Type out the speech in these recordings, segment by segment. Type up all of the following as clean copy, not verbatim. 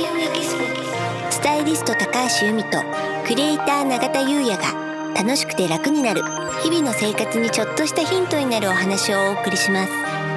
優也ギススタイリスト高橋由美とクリエイター永田優也が楽しくて楽になる日々の生活にちょっとしたヒントになるお話をお送りします。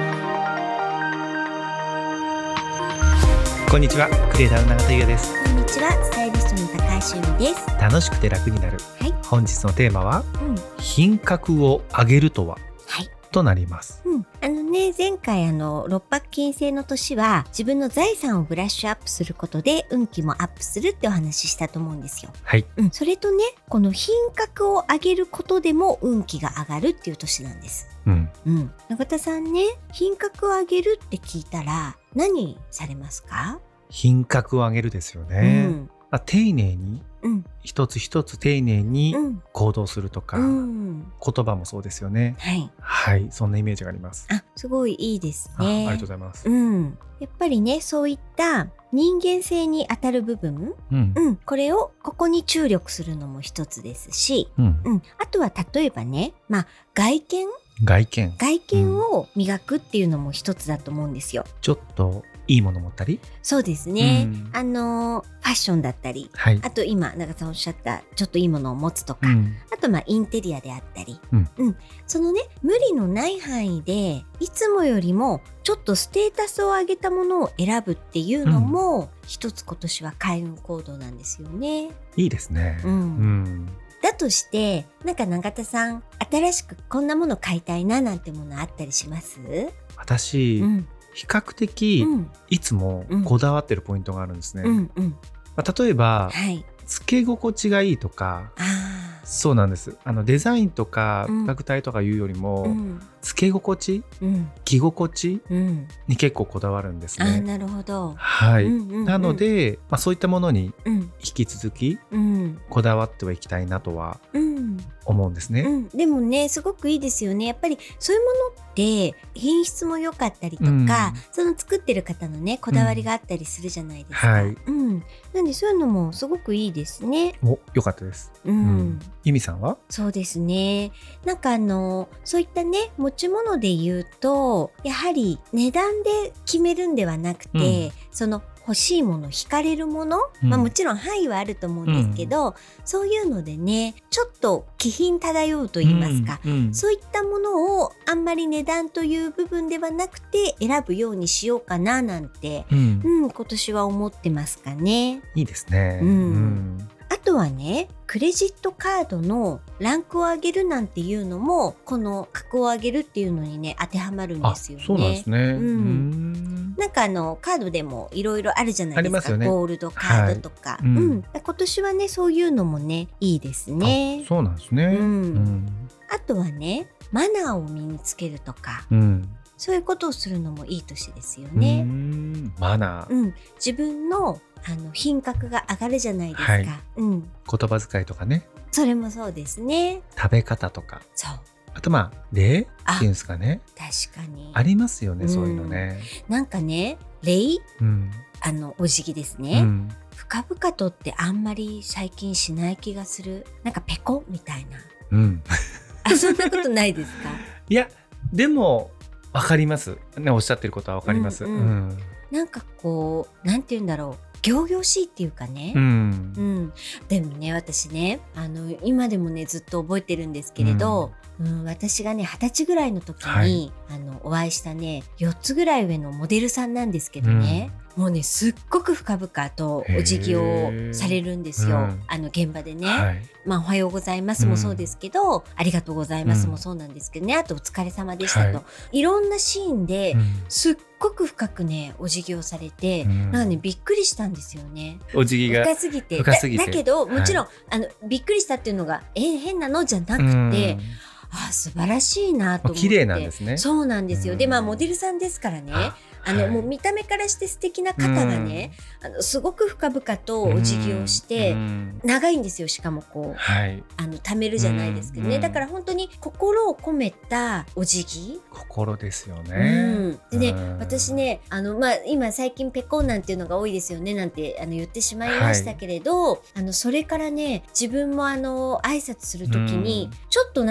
こんにちは、クリエイターの永田優也です。 こんにちは、スタイリストの高橋由美です。 楽しくて楽になる、 はい、 本日のテーマは、品格を上げるとは、となります。 前回六白金星の年は自分の財産をブラッシュアップすることで運気もアップするってお話ししたと思うんですよ。 はい。 それとね、この品格を上げることでも運気が上がるっていう年なんです。永田さんね、品格を上げるって聞いたら何されますか？ 品格を上げるですよね。丁寧に、一つ一つ丁寧に行動するとか、言葉もそうですよね。はい、そんなイメージがあります。 すごいいいですね。 ありがとうございます。 やっぱりね、そういった人間性に当たる部分、これをここに注力するのも一つですし、あとは例えばね、外見を磨くっていうのも一つだと思うんですよ。 ちょっといいもの持ったり、 そうですね、ファッションだったり、あと今永田さんおっしゃったちょっといいものを持つとか、あとインテリアであったり、そのね、無理のない範囲でいつもよりもちょっとステータスを上げたものを選ぶっていうのも、一つ今年は開運行動なんですよね。いいですね。だとして永田さん、新しくこんなもの買いたいななんてものあったりします？ 私、比較的、いつもこだわってるポイントがあるんですね。例えば、つけ心地がいいとか、そうなんです。デザインとか価格帯とかいうよりも、つけ心地、着心地に結構こだわるんですね。 なるほど。 はい。なので、そういったものに引き続きこだわってはいきたいなとは思うんですね。 でもね、すごくいいですよね。やっぱりそういうものって品質も良かったりとか、その作ってる方のね、こだわりがあったりするじゃないですか。なんでそういうのもすごくいいですね。 良かったです。由美さんは？そうですね。そういったね、持ち物で言うと、やはり値段で決めるんではなくて、その欲しいもの、惹かれるもの、もちろん範囲はあると思うんですけど、そういうのでね、ちょっと気品漂うと言いますか、そういったものをあんまり値段という部分ではなくて選ぶようにしようかななんて、今年は思ってますかね。 いいですね。 あとはね、クレジットカードのランクを上げるなんていうのも、この格を上げるっていうのにね、当てはまるんですよね。 そうなんですね。 カードでもいろいろあるじゃないですか。ゴールドカードとか。今年はね、そういうのもね、いいですね。 そうなんですね。 あとはね、マナーを身につけるとか、そういうことをするのもいい年ですよね。 マナー。 自分の品格が上がるじゃないですか。 言葉遣いとかね。 それもそうですね。 食べ方とか。あと礼っていうんですかね。 確かにありますよね、そういうのね。 礼、お辞儀ですね。深々とってあんまり最近しない気がする。ペコみたいな。そんなことないですか？ いや、でもわかりますね。おっしゃってることはわかります。 なんて言うんだろう。仰々しいっていうかね。でもね、私ね、今でもね、ずっと覚えてるんですけれど、私がね、20歳ぐらいの時に、お会いしたね、4つぐらい上のモデルさんなんですけどね、もうね、すっごく深々とお辞儀をされるんですよ。現場でね。おはようございますもそうですけど、ありがとうございますもそうなんですけどね、あとお疲れ様でしたと、いろんなシーンですっごく深くね、お辞儀をされて、びっくりしたんですよね。 お辞儀が深すぎて。だけど、もちろん、びっくりしたっていうのが、変なのじゃなくて、素晴らしいなと思って。 綺麗なんですね。 そうなんですよ。で、モデルさんですからね。もう見た目からして素敵な方がね、すごく深々とお辞儀をして、長いんですよ。しかも貯めるじゃないですけどね。だから本当に心を込めたお辞儀。 心ですよね。 でね、私ね、今最近ペコンなんていうのが多いですよねなんて言ってしまいましたけれど、それからね、自分も挨拶するときに、ちょっと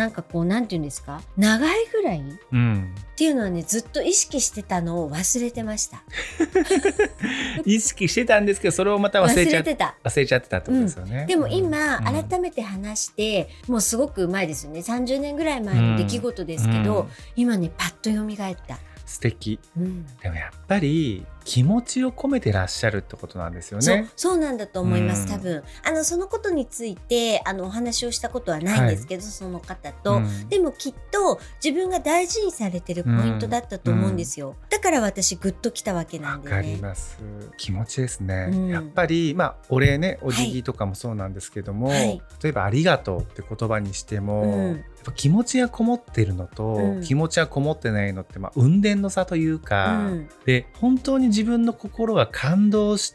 なんていうんですか、長いぐらい、っていうのはねずっと意識してたのを忘れてました意識してたんですけどそれをまた忘れちゃってたってことですよね、 でも今、改めて話してもうすごく前ですよね、30年ぐらい前の出来事ですけど、今ねパッと蘇った。 素敵、でもやっぱり気持ちを込めてらっしゃるってことなんですよね。 そうなんだと思います、多分そのことについてお話をしたことはないんですけど、その方と、でもきっと自分が大事にされてるポイントだったと思うんですよ、だから私グッときたわけなんでね。 わかります、気持ちですね、やっぱりお礼ね、お辞儀とかもそうなんですけども、例えばありがとうって言葉にしても、やっぱ気持ちがこもってるのと、気持ちがこもってないのって雲泥の差というか、で本当に自分の心が感動して、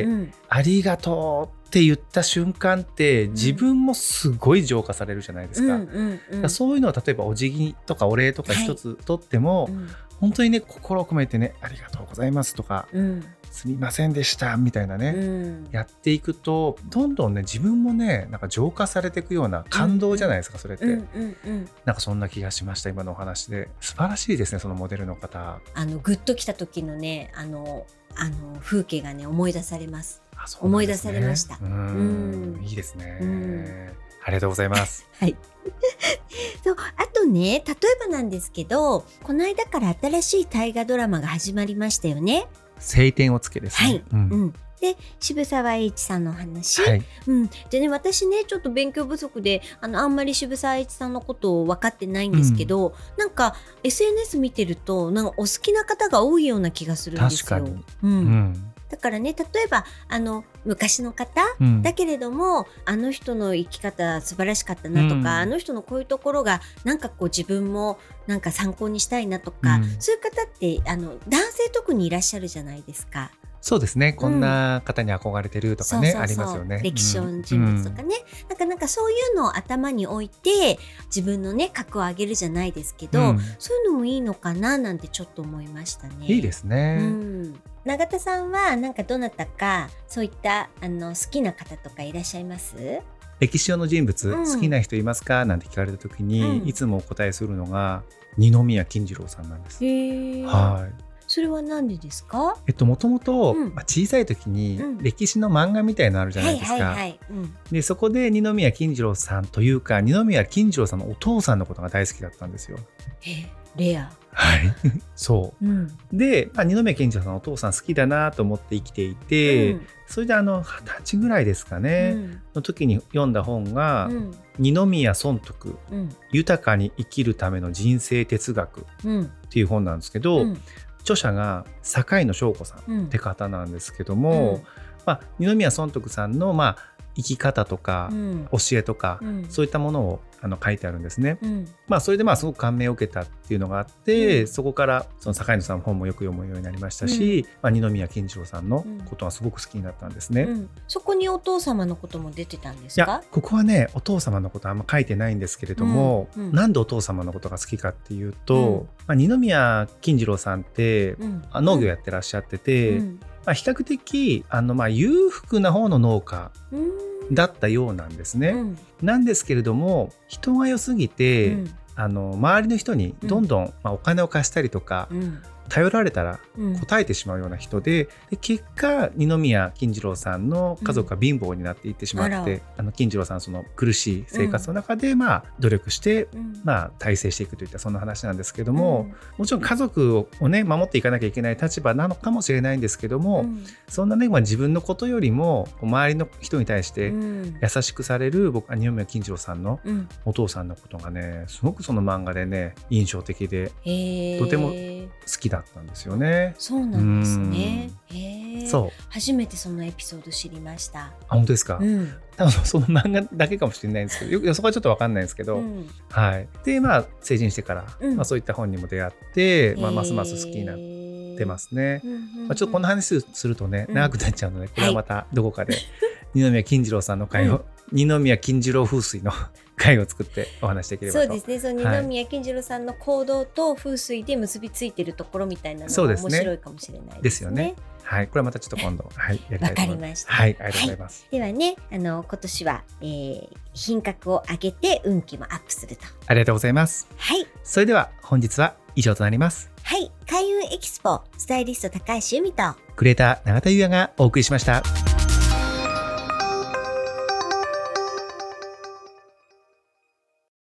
ありがとうって言った瞬間って自分もすごい浄化されるじゃないですか、そういうのを例えばお辞儀とかお礼とか一つとっても、本当にね心を込めてね、ありがとうございますとか、すみませんでしたみたいなね、やっていくとどんどんね自分もねなんか浄化されていくような感動じゃないですか、それって、なんかそんな気がしました、今のお話で。素晴らしいですね、そのモデルの方。 グッときた時のね風景がね思い出されます。思い出されました。 いいですね、ありがとうございますはいそうあとね、例えばなんですけど、この間から新しい大河ドラマが始まりましたよね。 青天を衝けですね。 で渋沢栄一さんの話、でね、私ねちょっと勉強不足であんまり渋沢栄一さんのことを分かってないんですけど、なんか SNS 見てるとなんかお好きな方が多いような気がするんですよ。 確かに、 だからね、例えば昔の方、だけれどもあの人の生き方素晴らしかったなとか、あの人のこういうところがなんかこう自分もなんか参考にしたいなとか、そういう方って男性特にいらっしゃるじゃないですか。 そうですね、こんな方に憧れてるとかね、ありますよね。 歴史上の人物とかね、なんかそういうのを頭に置いて自分のね格を上げるじゃないですけど、そういうのもいいのかななんてちょっと思いましたね。 いいですね、 永田さんはなんかどなたかそういった好きな方とかいらっしゃいます？ 歴史上の人物、好きな人いますかなんて聞かれた時に、いつもお答えするのが二宮金次郎さんなんです。 それはなんでですか？ もともと小さい時に歴史の漫画みたいなのあるじゃないですか。でそこで二宮金次郎さんというか二宮金次郎さんのお父さんのことが大好きだったんですよ。 レア。 そう、で、二宮金次郎さんのお父さん好きだなと思って生きていて、それで20歳ぐらいですかね、の時に読んだ本が、二宮尊徳、豊かに生きるための人生哲学っていう本なんですけど、著者が坂井野翔子さんって方なんですけども、二宮尊徳さんの生き方とか教えとか、そういったものを書いてあるんですね。それですごく感銘を受けたっていうのがあって、そこからその坂井野さんの本もよく読むようになりましたし、二宮金次郎さんのことがすごく好きになったんですね。 そこにお父様のことも出てたんですか？ いや、ここはねお父様のことはあんま書いてないんですけれども、なんでお父様のことが好きかっていうと、二宮金次郎さんって農業やってらっしゃってて、比較的裕福な方の農家だったようなんですね。なんですけれども人が良すぎて、周りの人にどんどんお金を貸したりとか、頼られたら答えてしまうような人で、結果二宮金次郎さんの家族が貧乏になっていってしまって、金次郎さんその苦しい生活の中で努力して大成していくといったそんな話なんですけども、もちろん家族をね守っていかなきゃいけない立場なのかもしれないんですけども、そんなね自分のことよりも周りの人に対して優しくされる僕は二宮金次郎さんのお父さんのことがねすごくその漫画でね印象的で、とても好きだったんですよね。 そうなんですね。 そう初めてそのエピソード知りました。 本当ですか？多分その漫画だけかもしれないんですけど、そこはちょっと分かんないんですけど、で成人してから、そういった本にも出会って、ますます好きになってますね。ちょっとこの話するとね長くなっちゃうので、これはまたどこかで二宮金次郎さんの会を、二宮金次郎風水の回を作ってお話できればと。 そうですね。その二宮金次郎さんの行動と風水で結びついているところみたいなのが面白いかもしれないですね。 ですよね。はい、これはまたちょっと今度、はい、やりたいと思います。わかりました。はい、ありがとうございます。 ではね、今年は、品格を上げて運気もアップすると。 ありがとうございます。 はい。 それでは本日は以上となります。 はい、開運エキスポスタイリスト高橋由美とクリエイター永田優也がお送りしました。